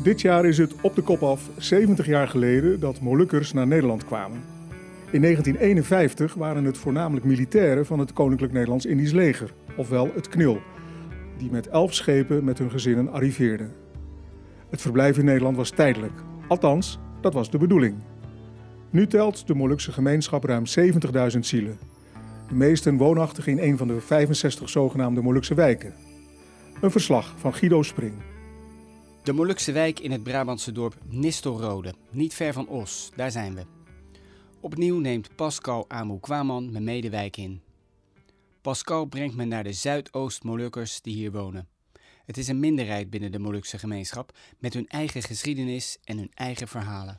Dit jaar is het op de kop af 70 jaar geleden dat Molukkers naar Nederland kwamen. In 1951 waren het voornamelijk militairen van het Koninklijk Nederlands-Indisch Leger, ofwel het KNIL, die met 11 schepen met hun gezinnen arriveerden. Het verblijf in Nederland was tijdelijk, althans, dat was de bedoeling. Nu telt de Molukse gemeenschap ruim 70.000 zielen. De meesten woonachtig in een van de 65 zogenaamde Molukse wijken. Een verslag van Guido Spring. De Molukse wijk in het Brabantse dorp Nistelrode, niet ver van Os, daar zijn we. Opnieuw neemt Pascal Amu-Kwaman me mee de wijk in. Pascal brengt me naar de Zuidoost-Molukkers die hier wonen. Het is een minderheid binnen de Molukse gemeenschap met hun eigen geschiedenis en hun eigen verhalen.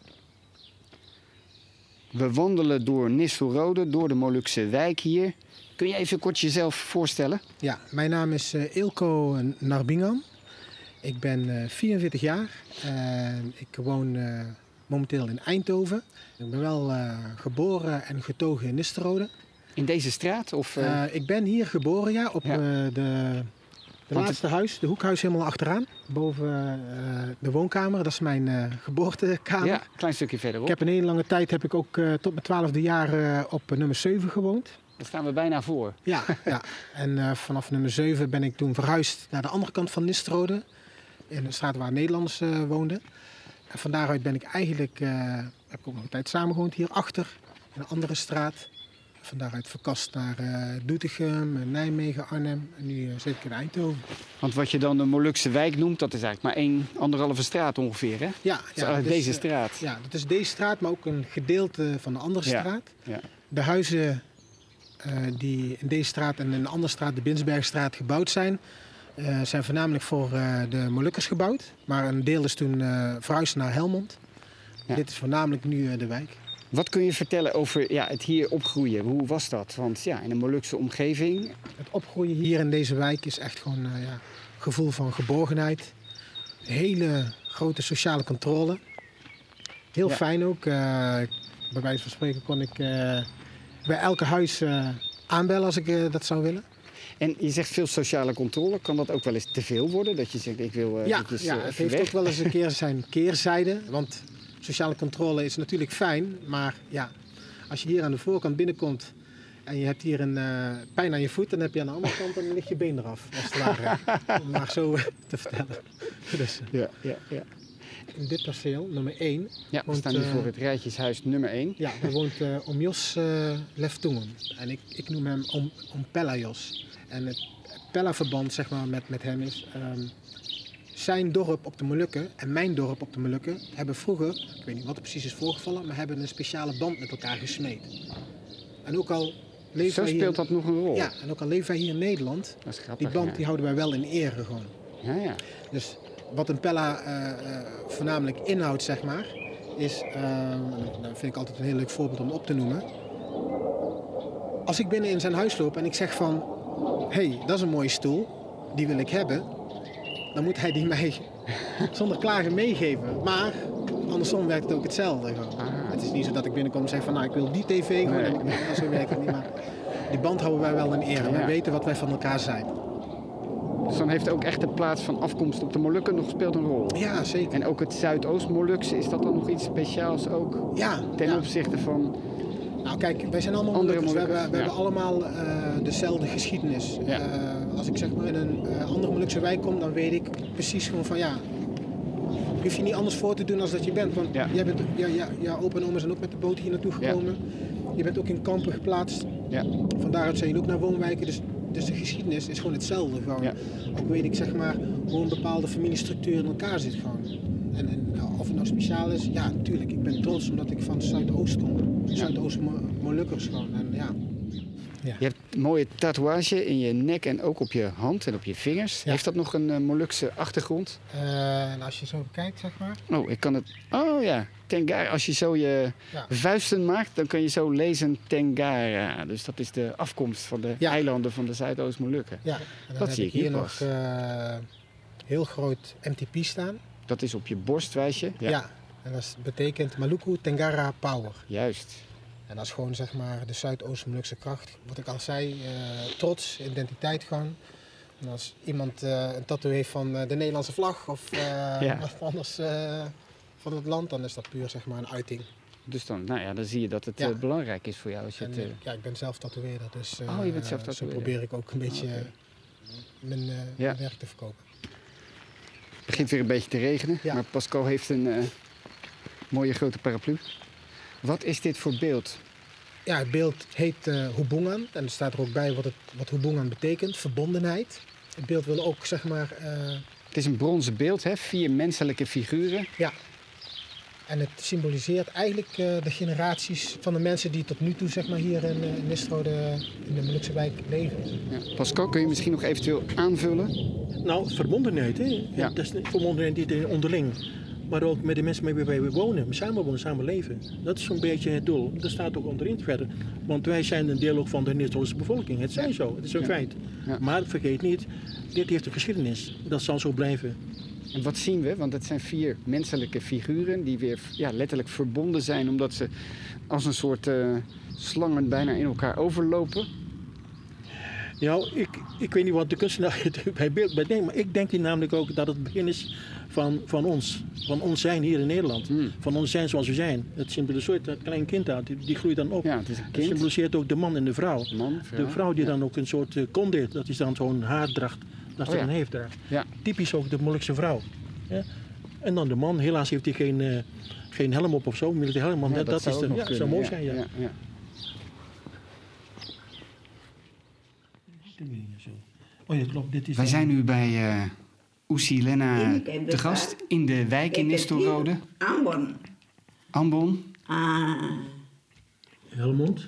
We wandelen door Nistelrode, door de Molukse wijk hier. Kun je even kort jezelf voorstellen? Ja, mijn naam is Eelco Narbingham. Ik ben 44 jaar. Ik woon momenteel in Eindhoven. Ik ben wel geboren en getogen in Nistelrode. In deze straat? Of, Ik ben hier geboren, ja, op de laatste huis, de hoekhuis helemaal achteraan. Boven de woonkamer, dat is mijn geboortekamer. Ja, een klein stukje verderop. Ik heb een hele lange tijd ook tot mijn 12e jaar op nummer 7 gewoond. Daar staan we bijna voor. Ja, ja. En vanaf nummer 7 ben ik toen verhuisd naar de andere kant van Nistelrode. In de straat waar Nederlanders woonden. En van daaruit ben ik eigenlijk, heb ik ook nog een tijd samengewoond hierachter. In een andere straat. Van daaruit verkast naar Doetinchem, Nijmegen, Arnhem. En nu zit ik in Eindhoven. Want wat je dan de Molukse wijk noemt, dat is eigenlijk maar 1,5 straat ongeveer, hè? Ja, ja, deze straat. Ja, dat is deze straat, maar ook een gedeelte van de andere straat. Ja. De huizen die in deze straat en in de andere straat, de Binsbergstraat, gebouwd zijn voornamelijk voor de Molukkers gebouwd. Maar een deel is toen verhuisd naar Helmond. Ja. Dit is voornamelijk nu de wijk. Wat kun je vertellen over het hier opgroeien? Hoe was dat? Want in een Molukse omgeving... Het opgroeien hier in deze wijk is echt gewoon een gevoel van geborgenheid. Hele grote sociale controle. Heel fijn ook. Bij wijze van spreken kon ik bij elke huis aanbellen als ik dat zou willen. En je zegt veel sociale controle. Kan dat ook wel eens te veel worden? Dat je zegt, ik wil het heeft ook wel eens een keer zijn keerzijde. Want sociale controle is natuurlijk fijn. Maar ja, als je hier aan de voorkant binnenkomt en je hebt hier een pijn aan je voet, dan heb je aan de andere kant dan ligt je been eraf. Als het ware. Om maar zo te vertellen. Dus, ja. In dit perceel, nummer 1... Ja, we staan nu voor het rijtjeshuis nummer 1. Ja, daar woont Oom Jos Leftoenen. En ik noem hem Oom Pella Jos. En het Pella-verband zeg maar, met hem is... zijn dorp op de Molukken en mijn dorp op de Molukken hebben vroeger... Ik weet niet wat er precies is voorgevallen, maar hebben een speciale band met elkaar gesmeed. En ook al leven Zo speelt dat nog een rol? Ja, en ook al leven wij hier in Nederland... Dat is grappig, die band die houden wij wel in ere gewoon. Ja. Dus wat een Pella voornamelijk inhoudt, zeg maar... is, dat vind ik altijd een heel leuk voorbeeld om op te noemen. Als ik binnen in zijn huis loop en ik zeg van... Hé, dat is een mooie stoel, die wil ik hebben... dan moet hij die mij zonder klagen meegeven. Maar andersom werkt het ook hetzelfde. Het is niet zo dat ik binnenkom en zeg van... ik wil die tv. Nee. Zo werkt het niet. Maar die band houden wij wel in ere. Ja. Wij weten wat wij van elkaar zijn. Dus dan heeft ook echt de plaats van afkomst op de Molukken nog speelt een rol? Ja, zeker. En ook het Zuidoost-Molukse, is dat dan nog iets speciaals ook? Ja. Ten opzichte van... Nou kijk, wij zijn allemaal Molukkers. We hebben allemaal dezelfde geschiedenis. Ja. Als ik zeg maar in een andere Molukse wijk kom, dan weet ik precies gewoon van hoef je niet anders voor te doen als dat je bent. Want jij bent, jouw opa en oma zijn ook met de boot hier naartoe gekomen. Ja. Je bent ook in kampen geplaatst. Ja. Van daaruit zijn jullie ook naar woonwijken. Dus de geschiedenis is gewoon hetzelfde. Gewoon. Ja. Ook weet ik zeg maar hoe een bepaalde familiestructuur in elkaar zit gewoon. En of het nou speciaal is, ja natuurlijk. Ik ben trots omdat ik van Zuidoost kom. Zuidoost-Molukkers gewoon. En, ja. Je hebt een mooie tatoeage in je nek en ook op je hand en op je vingers. Ja. Heeft dat nog een Molukse achtergrond? Als je zo kijkt, zeg maar. Oh, ik kan het... Oh ja, Tengara. Als je zo je vuisten maakt, dan kan je zo lezen Tengara. Dus dat is de afkomst van de eilanden van de Zuidoost-Molukken. Ja, en dan dat zie ik hier nog heel groot MTP staan. Dat is op je borst, wijs je? Ja, en dat betekent Maluku Tengara Power. Juist. En dat is gewoon zeg maar de Zuidoost-Molukse kracht. Wat ik al zei, trots, identiteit gewoon. En als iemand een tattoo heeft van de Nederlandse vlag of of anders van het land, dan is dat puur zeg maar een uiting. Dus dan zie je dat het belangrijk is voor jou. Als je ik ben zelf tatoeëerder, dus je bent zelf tatoeëerder. zo probeer ik ook een beetje mijn werk te verkopen. Het begint weer een beetje te regenen, maar Pascal heeft een mooie grote paraplu. Wat is dit voor beeld? Ja, het beeld heet Hubungan en er staat er ook bij wat Hubungan betekent, verbondenheid. Het beeld wil ook zeg maar... Het is een bronzen beeld, hè? 4 menselijke figuren. Ja. En het symboliseert eigenlijk de generaties van de mensen die tot nu toe zeg maar, hier in Nistrode in de Molukse wijk leven. Ja. Pascal, kun je misschien nog eventueel aanvullen? Nou, verbondenheid, hè? Ja. Dat is verbondenheid niet onderling. Maar ook met de mensen met wie wij wonen. Samen wonen, samen leven. Dat is zo'n beetje het doel. Dat staat ook onderin verder. Want wij zijn een deel ook van de Nistrolse bevolking. Het zijn zo, het is een feit. Ja. Maar vergeet niet, dit heeft een geschiedenis. Dat zal zo blijven. En wat zien we? Want het zijn 4 menselijke figuren die weer letterlijk verbonden zijn, omdat ze als een soort slangen bijna in elkaar overlopen. Ja, ik weet niet wat de kunstenaar bij beeld bedenkt, maar ik denk namelijk ook dat het begin is van ons. Van ons zijn hier in Nederland. Van ons zijn zoals we zijn. Het symboliseert dat klein kind uit, die groeit dan op. Ja, het is een kind. Het symboliseert ook de man en de vrouw. Man, vrouw. De vrouw die dan ook een soort kondeert, dat is dan zo'n haardracht. Dat ze dan heeft daar. Ja. Typisch ook de Molukse vrouw. Ja? En dan de man, helaas heeft hij geen helm op of zo. Militaire helm, maar dat zou mooi zijn. Ja. Oh ja, klopt. Dit is Wij zijn nu bij Oesilena te gast in de wijk in Nistelrode. Ambon. Helmond.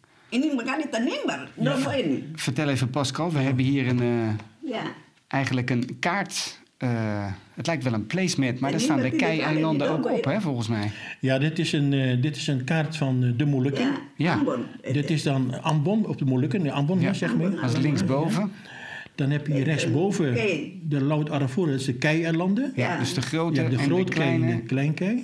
Vertel even Pascal, we hebben hier eigenlijk een kaart. Het lijkt wel een placemat, maar daar staan de Kei-eilanden ook op, hè, volgens mij. Ja, dit is een kaart van de Molukken. Ja. Dit is dan Ambon op de Molukken. Ambon, zeg maar. Dat is linksboven. Ja. Dan heb je hier rechtsboven de Laut Arafura, dat is de Kei-eilanden. Ja, dus de grote en de kleine. De Klein-Kei.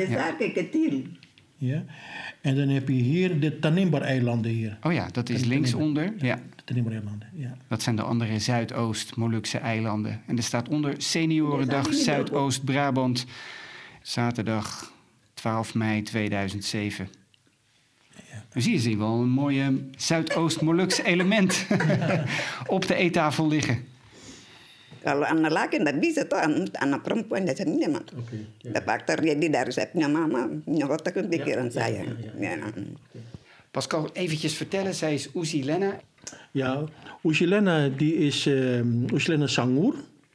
Ja. En dan heb je hier de Tanimbar-eilanden hier. Oh ja, dat is linksonder. Ja. De Tanimbar-eilanden, ja. Dat zijn de andere Zuidoost-Molukse eilanden. En er staat onder Seniorendag Zuidoost-Brabant. Zaterdag 12 mei 2007. Ja. Dus hier zien we wel een mooie Zuidoost-Molukse element op de eettafel liggen. Kalau anak laki nggak bisa tuh anak perempuan dasarnya mah. Dat vaak terjadi dari resepnya mama, nyokotak in pikiran saya. Pascal, eventjes vertellen, zij is Oesilena. Ja, Oesilena die is Oesilena Sangur.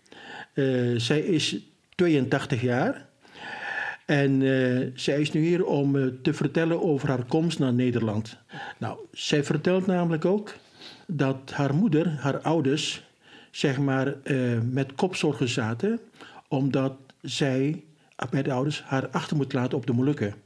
Zij is 82 jaar. En zij is nu hier om te vertellen over haar komst naar Nederland. Nou, zij vertelt namelijk ook dat haar moeder, haar ouders, zeg maar met kopzorgen zaten, omdat zij bij de ouders haar achter moet laten op de Molukken.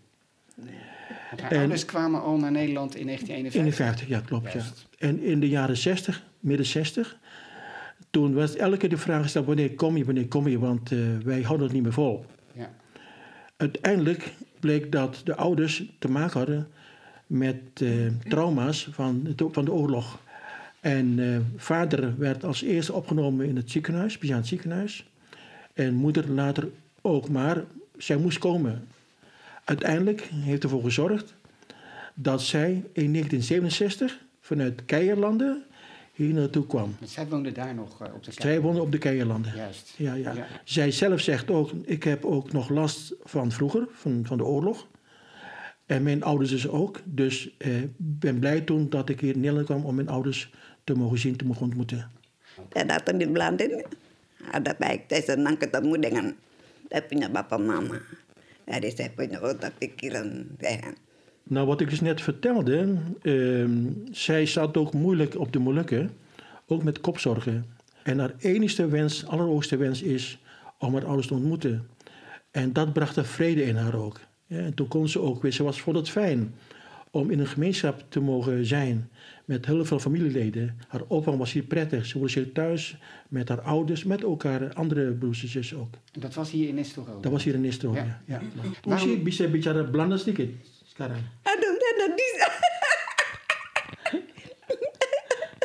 Haar ouders kwamen al naar Nederland in 1951? Ja, klopt. Ja. En in de jaren 60, midden 60, toen was elke keer de vraag gesteld, wanneer kom je, want wij houden het niet meer vol. Ja. Uiteindelijk bleek dat de ouders te maken hadden met trauma's van de oorlog. En vader werd als eerste opgenomen in het ziekenhuis, speciaal ziekenhuis. En moeder later ook, maar zij moest komen. Uiteindelijk heeft ervoor gezorgd dat zij in 1967 vanuit Kei-eilanden hier naartoe kwam. Zij woonde daar nog op de Kei-eilanden? Zij woonde op de Kei-eilanden. Juist. Ja. Zij zelf zegt ook, ik heb ook nog last van vroeger, van de oorlog. En mijn ouders dus ook. Dus ik ben blij toen dat ik hier in Nederland kwam om mijn ouders te mogen zien, te mogen ontmoeten. Saya datang di Belanda, ada baik saya senang ketemu dengan saya punya papa mama. Jadi saya punya otak pikiran. Nou, wat ik dus net vertelde, zij zat ook moeilijk op de Molukken, ook met kopzorgen. En haar enigste wens, allerhoogste wens is om haar ouders te ontmoeten. En dat bracht er vrede in haar ook. Ja, en toen kon ze ook weer, vond het fijn om in een gemeenschap te mogen zijn met heel veel familieleden. Haar opvang was hier prettig. Ze was hier thuis met haar ouders, met ook haar andere broers en zussen ook. En dat was hier in Nistelrode? Dat was hier in Nistelrode, ja. Hoe zie je bisa bicara Belanda sedikit sekarang? Aduh, saya tidak bisa.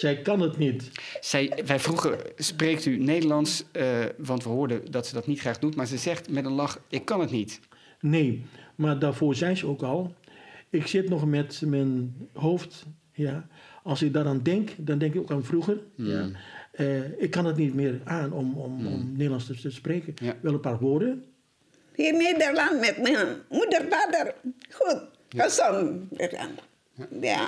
zij kan het niet. Wij vroegen, spreekt u Nederlands? Want we hoorden dat ze dat niet graag doet. Maar ze zegt met een lach, ik kan het niet. Nee, maar daarvoor zei ze ook al. Ik zit nog met mijn hoofd. Ja. Als ik daaraan denk, dan denk ik ook aan vroeger. Ja. Ik kan het niet meer aan om Nederlands te spreken. Ja. Wel een paar woorden. Hier in Nederland met mijn moeder, vader. Goed, gezond. Ja.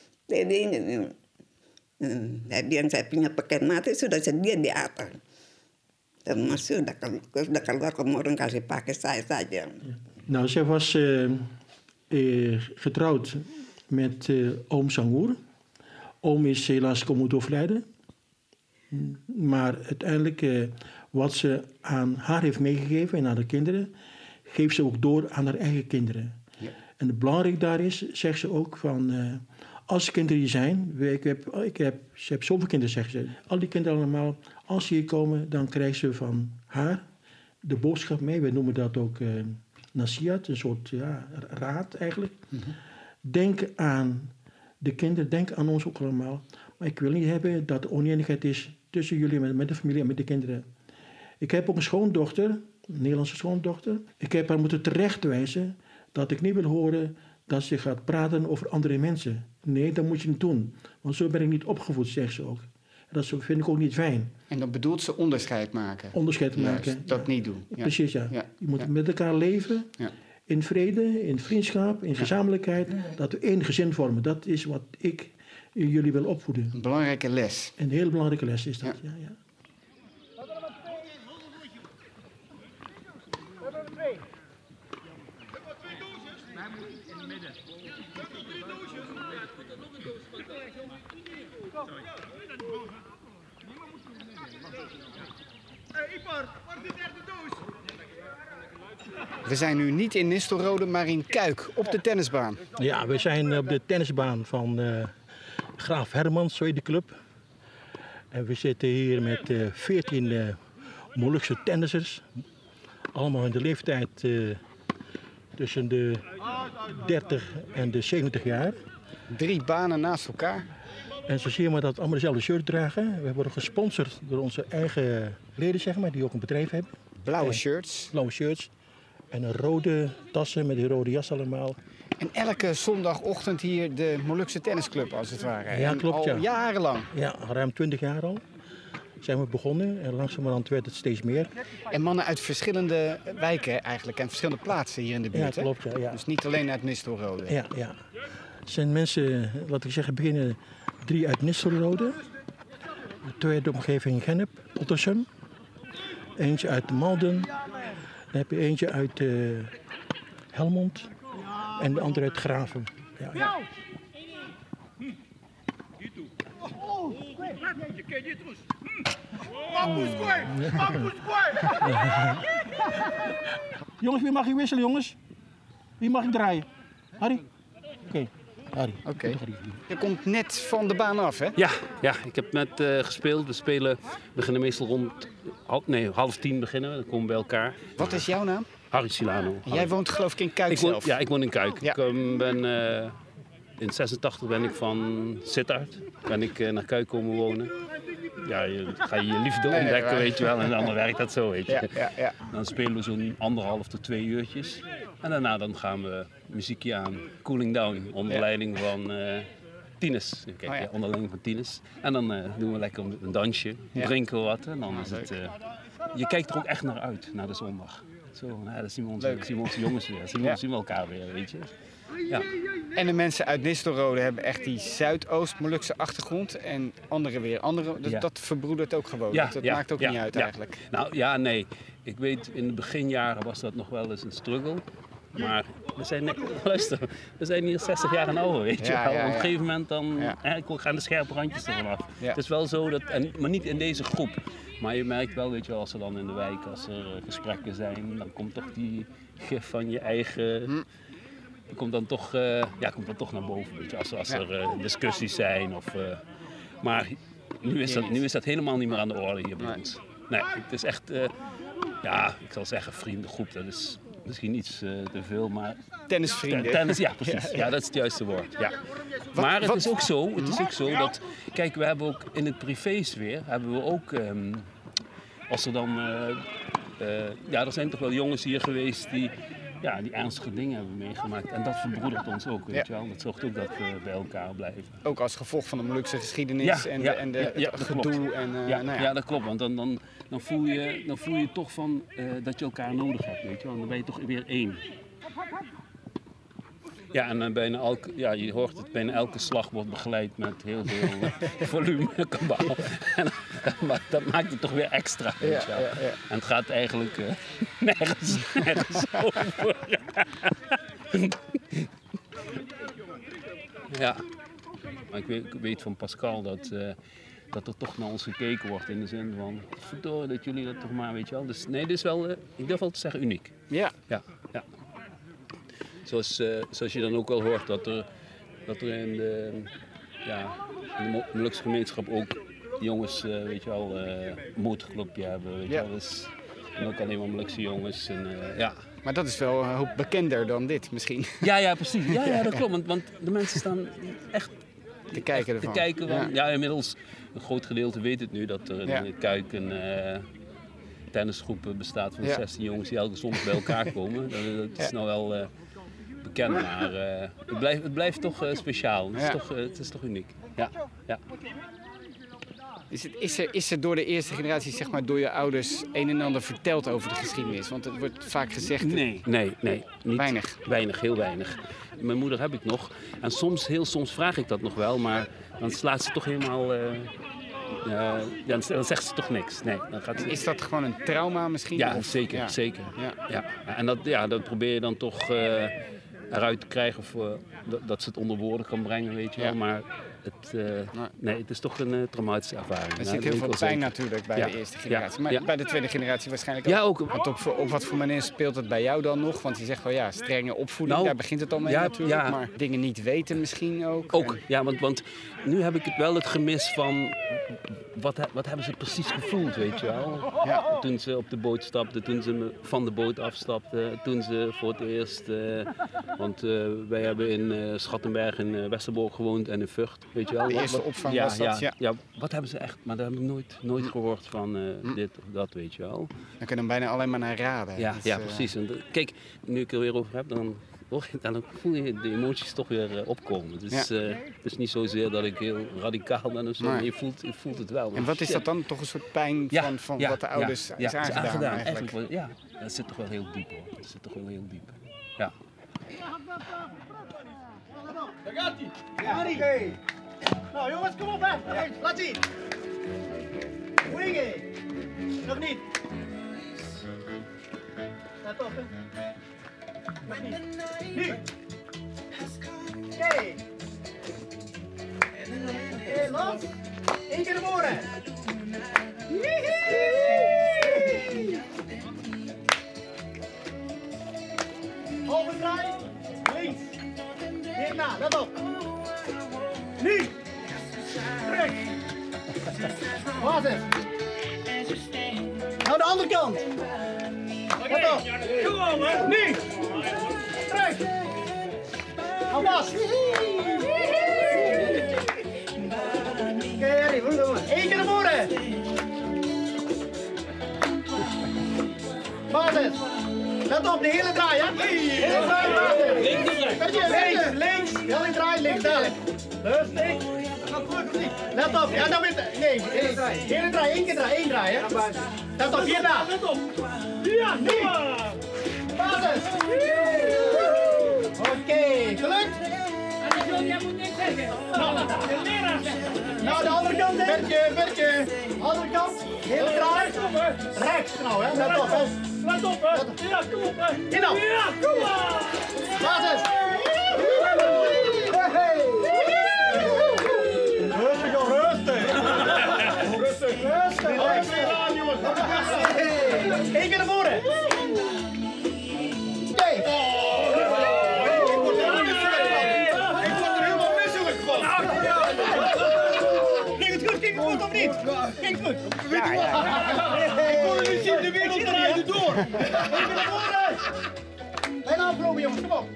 Dia saya punya paket mati sudah sedia di atas. Termasuk udah keluar kemarin kasih pakai saya saja. Nou, zij was getrouwd met oom Sangoer. Oom is helaas komen overlijden. Maar uiteindelijk wat ze aan haar heeft meegegeven en aan de kinderen, geeft ze ook door aan haar eigen kinderen. Ja. En het belangrijk daar is, zegt ze ook van, als kinderen hier zijn, ze heeft zoveel kinderen, zegt ze. Al die kinderen allemaal, als ze hier komen, dan krijgen ze van haar de boodschap mee. We noemen dat ook nasihat, een soort raad eigenlijk. Mm-hmm. Denk aan de kinderen, denk aan ons ook allemaal. Maar ik wil niet hebben dat er oneenigheid is tussen jullie met de familie en met de kinderen. Ik heb ook een schoondochter, een Nederlandse schoondochter. Ik heb haar moeten terechtwijzen dat ik niet wil horen dat ze gaat praten over andere mensen. Nee, dat moet je niet doen. Want zo ben ik niet opgevoed, zegt ze ook. En dat vind ik ook niet fijn. En dan bedoelt ze onderscheid maken? Onderscheid maken. Juist, dat niet doen. Ja. Precies, ja. Je moet met elkaar leven. Ja. In vrede, in vriendschap, in gezamenlijkheid. Dat we één gezin vormen. Dat is wat ik jullie wil opvoeden. Een belangrijke les. Een heel belangrijke les is dat, ja. We zijn nu niet in Nistelrode, maar in Kuik, op de tennisbaan. Ja, we zijn op de tennisbaan van Graaf Hermans, zo heet de club. En we zitten hier met 14 Molukse tennissers. Allemaal in de leeftijd tussen de 30 en de 70 jaar. 3 banen naast elkaar. En zo zie je maar dat we allemaal dezelfde shirt dragen. We worden gesponsord door onze eigen leden, zeg maar, die ook een bedrijf hebben. Blauwe shirts. Blauwe shirts. En een rode tassen met die rode jas allemaal. En elke zondagochtend hier de Molukse tennisclub, als het ware. Ja, klopt, ja. Al jarenlang. Ja, ruim 20 jaar al zijn we begonnen. En langzamerhand werd het steeds meer. En mannen uit verschillende wijken eigenlijk en verschillende plaatsen hier in de buurt. Ja, klopt, ja. Dus niet alleen uit Nistelrode. Ja. Het zijn mensen, laat ik zeggen, beginnen 3 uit Nistelrode. 2 uit de omgeving Gennep, Ottersum. Eentje uit Malden. Dan heb je eentje uit Helmond en de andere uit Graven. Ja. Jongens, wie mag je wisselen, jongens? Wie mag ik draaien? Harry? Oké. Harry. Oké. Je komt net van de baan af, hè? Ja, ik heb net gespeeld. We beginnen meestal rond 9:30 beginnen. Dan komen we bij elkaar. Wat is jouw naam? Harry Silano. En jij woont geloof ik in Kuik zelf? Ja, ik woon in Kuik. Ja. In 86 ben ik van Sittard naar Kuik komen wonen. Ja, ga je liefde ontdekken, weet je wel. En dan werkt dat zo, weet je. Ja. Dan spelen we zo'n 1,5 tot 2 uurtjes. En daarna dan gaan we muziekje aan. Cooling down, onder leiding van Tines. Onder leiding van Tines. En dan doen we lekker een dansje, drinken we wat. En dan is het... je kijkt er ook echt naar uit, naar de zondag. Zo, dan zien we onze jongens weer. Zien we elkaar weer, weet je. Ja. En de mensen uit Nistelrode hebben echt die Zuidoost-Molukse achtergrond en anderen weer andere. Dus dat verbroedert ook gewoon. Dat maakt ook niet uit eigenlijk. Nou ja, nee. Ik weet, in de beginjaren was dat nog wel eens een struggle. Maar we zijn hier 60 jaar en ouder, weet je wel. Op een gegeven moment dan gaan de scherpe randjes er vanaf. Ja. Het is wel zo, maar niet in deze groep. Maar je merkt wel, weet je wel, als er dan in de wijk, als er gesprekken zijn, dan komt toch die gif van je eigen... Komt dan toch naar boven, weet je, als er discussies zijn. Maar nu is dat helemaal niet meer aan de orde hier bij ons. Nee, het is echt, ik zal zeggen, vriendengroep. Dat is misschien iets te veel, maar... Tennisvrienden. Tennis, ja, precies. Ja, dat is het juiste woord. Ja. Maar het is ook zo dat... Kijk, we hebben ook in het privésfeer, hebben we ook... als er dan... er zijn toch wel jongens hier geweest die ernstige dingen hebben meegemaakt. En dat verbroedert ons ook, weet je wel. Dat zorgt ook dat we bij elkaar blijven. Ook als gevolg van de Molukse geschiedenis en het gedoe. Ja, dat klopt. Want dan voel je toch van dat je elkaar nodig hebt, weet je wel. Dan ben je toch weer één. Ja, en je hoort het, bijna elke slag wordt begeleid met heel veel volume, kabaal. Maar dat maakt het toch weer extra, weet je wel. Ja. En het gaat eigenlijk nergens over. Ja. Maar ik weet van Pascal dat er toch naar ons gekeken wordt in de zin van... Verdorie dat jullie dat toch maar, weet je wel. Dus nee, dit is wel, ik durf wel te zeggen, uniek. Ja. Zoals je dan ook wel hoort dat er in de Molukse gemeenschap ook jongens, weet je wel, een motorclubje hebben, weet je wel. Dus, en ook alleen maar Molukse jongens. Maar dat is wel een hoop bekender dan dit misschien. Ja, precies. Ja, dat klopt. Want de mensen staan echt te kijken ervan. Inmiddels, een groot gedeelte weet het nu dat er in Kuik een tennisgroep bestaat van 16 jongens die elke zondag bij elkaar komen. Dat is nou wel... bekend, maar het blijft toch speciaal. Het is toch uniek. Ja. Is er door de eerste generatie, zeg maar, door je ouders een en ander verteld over de geschiedenis? Want het wordt vaak gezegd... Nee. Niet. Weinig, heel weinig. Mijn moeder heb ik nog. En soms vraag ik dat nog wel, maar dan slaat ze toch helemaal... dan zegt ze toch niks. Nee, dan gaat ze... Is dat gewoon een trauma misschien? Ja, zeker. Ja. En dat probeer je dan toch... eruit te krijgen dat ze het onder woorden kan brengen, weet je wel. Maar het is toch een traumatische ervaring. Er zit heel veel pijn natuurlijk bij de eerste generatie. Maar bij de tweede generatie waarschijnlijk ook. Ja, ook. Want op wat voor manier speelt het bij jou dan nog? Want je zegt wel strenge opvoeding, daar begint het al mee natuurlijk. Maar dingen niet weten misschien ook. Ook, want nu heb ik het gemis van... Wat hebben ze precies gevoeld, weet je wel? Ja. Toen ze op de boot stapten, toen ze van de boot afstapten, toen ze voor het eerst... want wij hebben in Schattenberg in Westerbork gewoond en in Vught, weet je wel. De eerste opvang was dat, ja, wat hebben ze echt... Maar daar heb ik nooit gehoord van dit of dat, weet je wel. Dan kun je bijna alleen maar naar raden. Ja, precies. En kijk, nu ik er weer over heb, dan voel je de emoties toch weer opkomen. Dus het is niet zozeer dat ik heel radicaal ben of zo, maar je voelt het wel. En wat is dat dan? Toch een soort pijn van wat de ouders is aangedaan eigenlijk? Ja, dat zit toch wel heel diep hoor. Dat zit toch wel heel diep. Ja. Daar gaat hij. Oké. Nou jongens, kom op hè. Laat zien. Wingen. Nog niet. Let op hè. Nog niet. Nu. Oké. Oké, los. Eén keer naar voren. Halve draai. Links. Hierna, let op. Nu. Terug. Basis. Nou de andere kant. Let op. Nu. Terug. Hou vast. Oké, Harry, goed doen. Eén keer naar voren. Basis. Let op, de hele draai, hè? Hele draai, basis. Links. Hele draai, links, dadelijk. Rustig. Let op, ja, dan weer. Nee, hele draai, één keer draai, één draai, hè? Let op, hierna. Let op. Ja, nu. Basis. Oké, gelukt? Jij moet niks zeggen. De leraar zegt. Nou, de andere kant, hè? Bertje. Andere kant. Hele draai. Rechts, nou, hè? Let op, hè? Let op, hè? Ja, kom op, hè? Hier nou. Ja, kom op. Basis. Rustig, joh, rustig. Rustig. Eén keer naar voren. Oké. Ik word er helemaal misselijk van. Ging het goed of niet? Ging het goed? Weet je wat? Ik kon het niet zien, de wereld draaide door. Eén keer naar voren. jongens, kom op.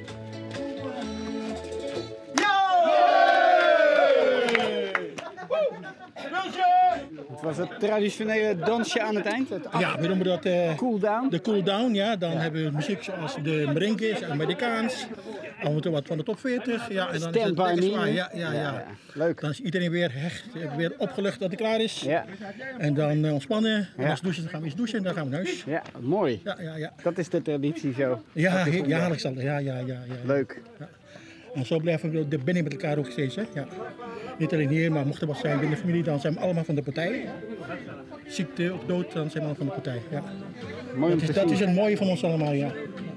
Het was het traditionele dansje aan het eind. Ja, we noemen dat cool down. De cool down, ja. Dan hebben we muziek zoals de merengues, Amerikaans. Af en toe wat van de top 40. Ja, en dan Stand is het by zwaar. me. Ja. Leuk. Dan is iedereen weer hecht, weer opgelucht dat hij klaar is. Ja. En dan ontspannen. En Ja. als douchen, dan gaan we eens douchen en dan gaan we naar huis. Ja, mooi. Ja. Dat is de traditie zo. Ja, jaarlijks al. Ja. Leuk. En zo blijven we er binnen met elkaar ook steeds. Hè? Ja. Niet alleen hier, maar mocht er wat zijn binnen de familie, dan zijn we allemaal van de partij. Ziekte of dood, dan zijn we allemaal van de partij. Ja. Mooi om te Dat is zien. het mooie van ons allemaal, ja.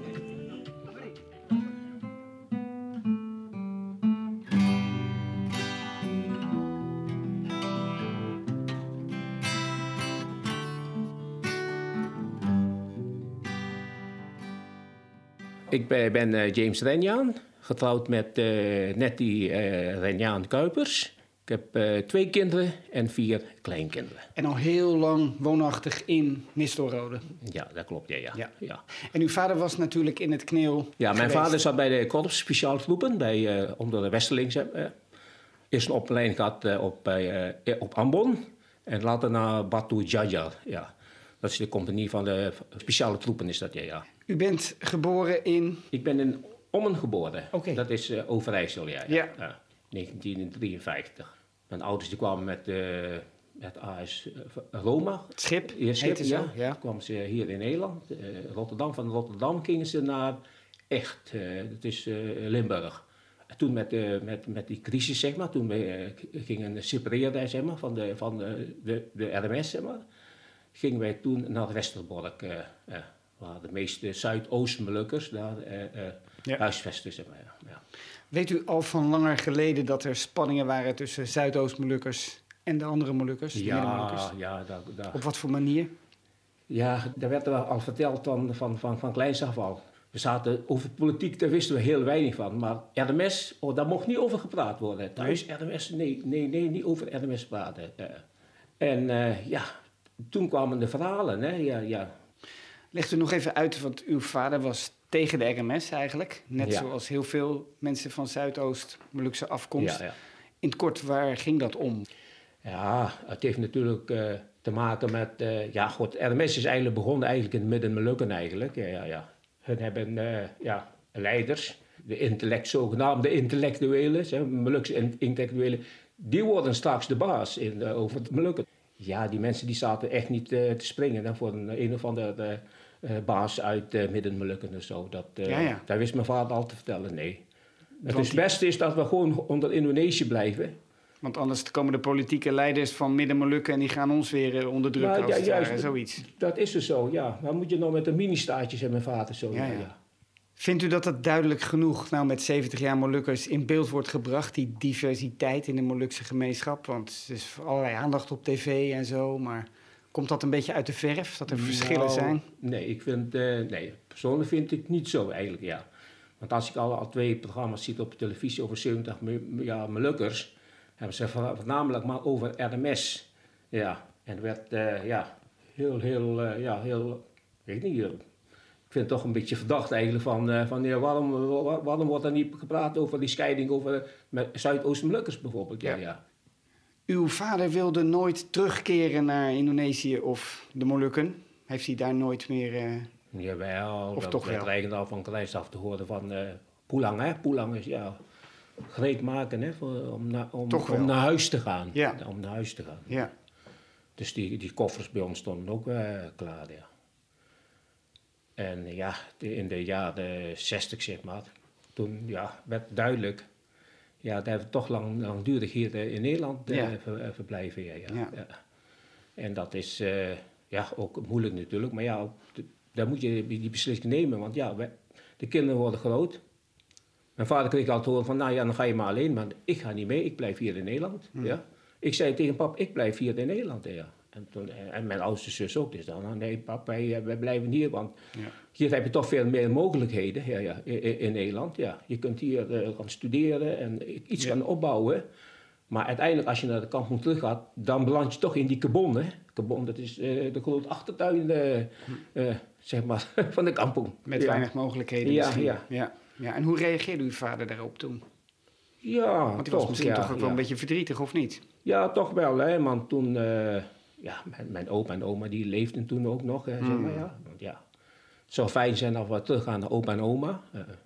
Ik ben James Renjaan, getrouwd met Nettie Renjaan Kuipers. Ik heb 2 kinderen en 4 kleinkinderen. En al heel lang woonachtig in Nistelrode. Ja, dat klopt, ja. En uw vader was natuurlijk in het KNIL Ja, mijn geweest. vader zat bij de korps speciaaltroepen, onder de Westerlings. Eerst een opleiding gehad op Ambon en later naar Batu Jajar. Ja. Dat is de compagnie van de speciale troepen, is dat, ja. U bent geboren in... Ik ben in Ommen geboren. Oké. Dat is Overijssel, ja. Ja. 1953. Mijn ouders die kwamen met AS Roma. Het schip, Schip, heette zo, ja. Kwamen ze hier in Nederland. Rotterdam. Van Rotterdam gingen ze naar Echt. Dat is Limburg. Toen met die crisis, zeg maar. Toen we gingen separeren, zeg maar, van de RMS, zeg maar. Gingen wij toen naar Westerbork. Waar de meeste Zuidoost-Molukkers daar huisvesten, zeg maar. Ja. Weet u al van langer geleden dat er spanningen waren tussen Zuidoost-Molukkers en de andere Molukkers? De Midden-Molukkers? Ja. Op wat voor manier? Ja, daar werd er al verteld van kleins af al. We zaten over politiek, daar wisten we heel weinig van. Maar RMS, daar mocht niet over gepraat worden. Thuis RMS, nee, niet over RMS praten. Toen kwamen de verhalen, hè, ja. Legt u nog even uit, want uw vader was tegen de RMS eigenlijk. Net zoals heel veel mensen van Zuidoost-Molukse afkomst. Ja. In het kort, waar ging dat om? Ja, het heeft natuurlijk te maken met... RMS is eigenlijk begonnen in het Midden-Molukken eigenlijk. Ja. Hun hebben leiders, zogenaamde intellectuelen, Molukse intellectuelen, die worden straks de baas over het Molukken. Ja, die mensen die zaten echt niet te springen dan voor een of andere baas uit Midden-Molukken of zo. Dat wist mijn vader al te vertellen, nee. Het beste is dat we gewoon onder Indonesië blijven. Want anders komen de politieke leiders van Midden-Molukken en die gaan ons weer onderdrukken als het ware, zoiets. Dat is dus zo, ja. Maar moet je nou met een mini-staatje, zei mijn vader zo. Ja. Vindt u dat dat duidelijk genoeg nou met 70 jaar Molukkers in beeld wordt gebracht, die diversiteit in de Molukse gemeenschap? Want er is allerlei aandacht op tv en zo, maar komt dat een beetje uit de verf, dat er verschillen zijn? Nee, persoonlijk vind ik niet zo eigenlijk, ja. Want als ik al 2 programma's zie op televisie over 70 jaar Molukkers, hebben ze voornamelijk maar over RMS. Ja, en er werd heel, weet niet, ik vind het toch een beetje verdacht eigenlijk waarom wordt er niet gepraat over die scheiding over Zuidoost-Molukkers bijvoorbeeld. Ja. Uw vader wilde nooit terugkeren naar Indonesië of de Molukken. Heeft hij daar nooit meer... Jawel, of toch wel? We krijgen al van kleins af te horen van Pulang, hè. Pulang is gereed maken, hè, om naar huis te gaan. Ja. Om naar huis te gaan. Ja. Dus die koffers bij ons stonden ook klaar, ja. En in de jaren 60, zeg maar, toen werd duidelijk, dat we toch langdurig hier in Nederland verblijven. Ja. En dat is ook moeilijk natuurlijk, maar daar moet je die beslissing nemen, want de kinderen worden groot. Mijn vader kreeg al te horen van, dan ga je maar alleen, maar ik ga niet mee, ik blijf hier in Nederland. Ja. Ik zei tegen pap, ik blijf hier in Nederland, ja. En mijn oudste zus ook. Dus dan, nee pap, wij blijven hier, want hier heb je toch veel meer mogelijkheden in Nederland. Ja. Je kunt hier gaan studeren en iets gaan opbouwen. Maar uiteindelijk, als je naar de kampong terug gaat, dan beland je toch in die kabon. Hè? Kabon, dat is de grote achtertuin zeg maar, van de kampong. Met weinig mogelijkheden misschien. Ja. Ja, en hoe reageerde uw vader daarop toen? Ja, want hij was misschien toch ook wel een beetje verdrietig, of niet? Ja, toch wel, hè. Want toen, mijn opa en oma, die leefden toen ook nog, hè, zeg maar, ja. Want ja, het zou fijn zijn als we teruggaan naar opa en oma.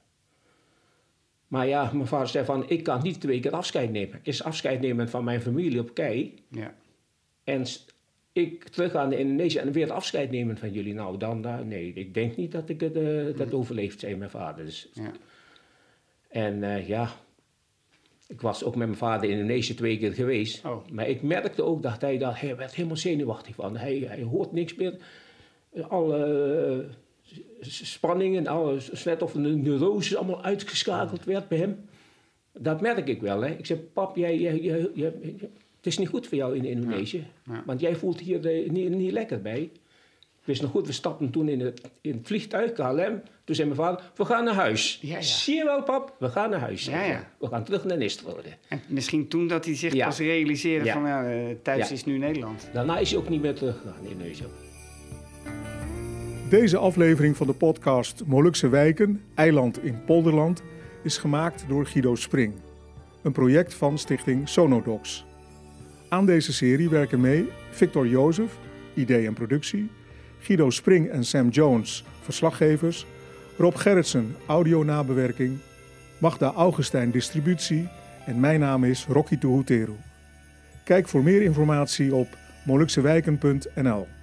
Maar ja, mijn vader zei van, ik kan niet 2 keer afscheid nemen. Ik is afscheid nemen van mijn familie op Kei. Ja. En ik terug ga naar Indonesië en weer het afscheid nemen van jullie. Nou, nee, ik denk niet dat ik het overleefd, zei mijn vader. Dus. Ja. En ik was ook met mijn vader in Indonesië 2 keer geweest. Oh. Maar ik merkte ook dat hij werd helemaal zenuwachtig van. Hij hoort niks meer. Alle spanningen, alles, net of de neurose allemaal uitgeschakeld werd bij hem. Dat merk ik wel. Hè. Ik zei, pap, het is niet goed voor jou in Indonesië. Ja. Want jij voelt hier niet lekker bij. Ik wist nog goed, we stapten toen in het vliegtuig, KLM. Toen zei mijn vader, we gaan naar huis. Ja. Zie je wel, pap? We gaan naar huis. Ja. We gaan terug naar Nistelrode. En misschien toen dat hij zich pas realiseerde van, thuis is nu Nederland. Daarna is hij ook niet meer teruggegaan in Indonesië. Deze aflevering van de podcast Molukse Wijken, eiland in Polderland, is gemaakt door Guido Spring. Een project van stichting Sonodox. Aan deze serie werken mee Victor Jozef, idee en productie, Guido Spring en Sam Jones, verslaggevers, Rob Gerritsen, audio-nabewerking, Magda Augustijn, distributie en mijn naam is Rocky Tuhuteru. Kijk voor meer informatie op moluksewijken.nl.